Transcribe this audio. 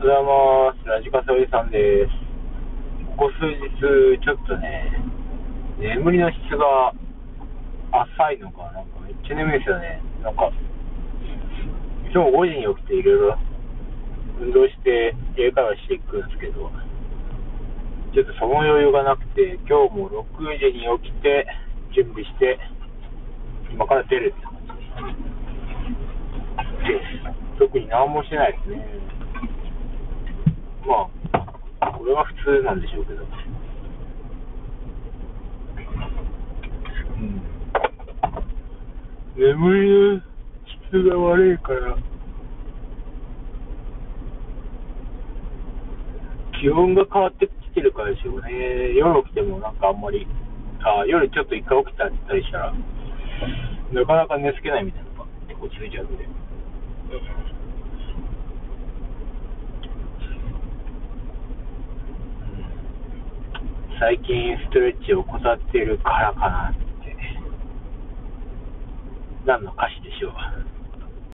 ございます。ラジカセおじさんです。ここ数日、ちょっとね、眠りの質が浅いのか、なんかめっちゃ眠いですよね。なんか、いつも5時に起きていろいろ運動して英会話していくんですけど、ちょっとその余裕がなくて、今日も6時に起きて、準備して、今から出るです。特に何もしてないですね。まあ、これは普通なんでしょうけど。眠りの質が悪いから気温が変わってきてるからでしょうね。夜起きてもなんかあんまり夜ちょっと一回起きたりしたらなかなか寝つけないみたいなのが結構続いちゃうんで、最近ストレッチを怠っているからかなって。何の歌詞でしょう。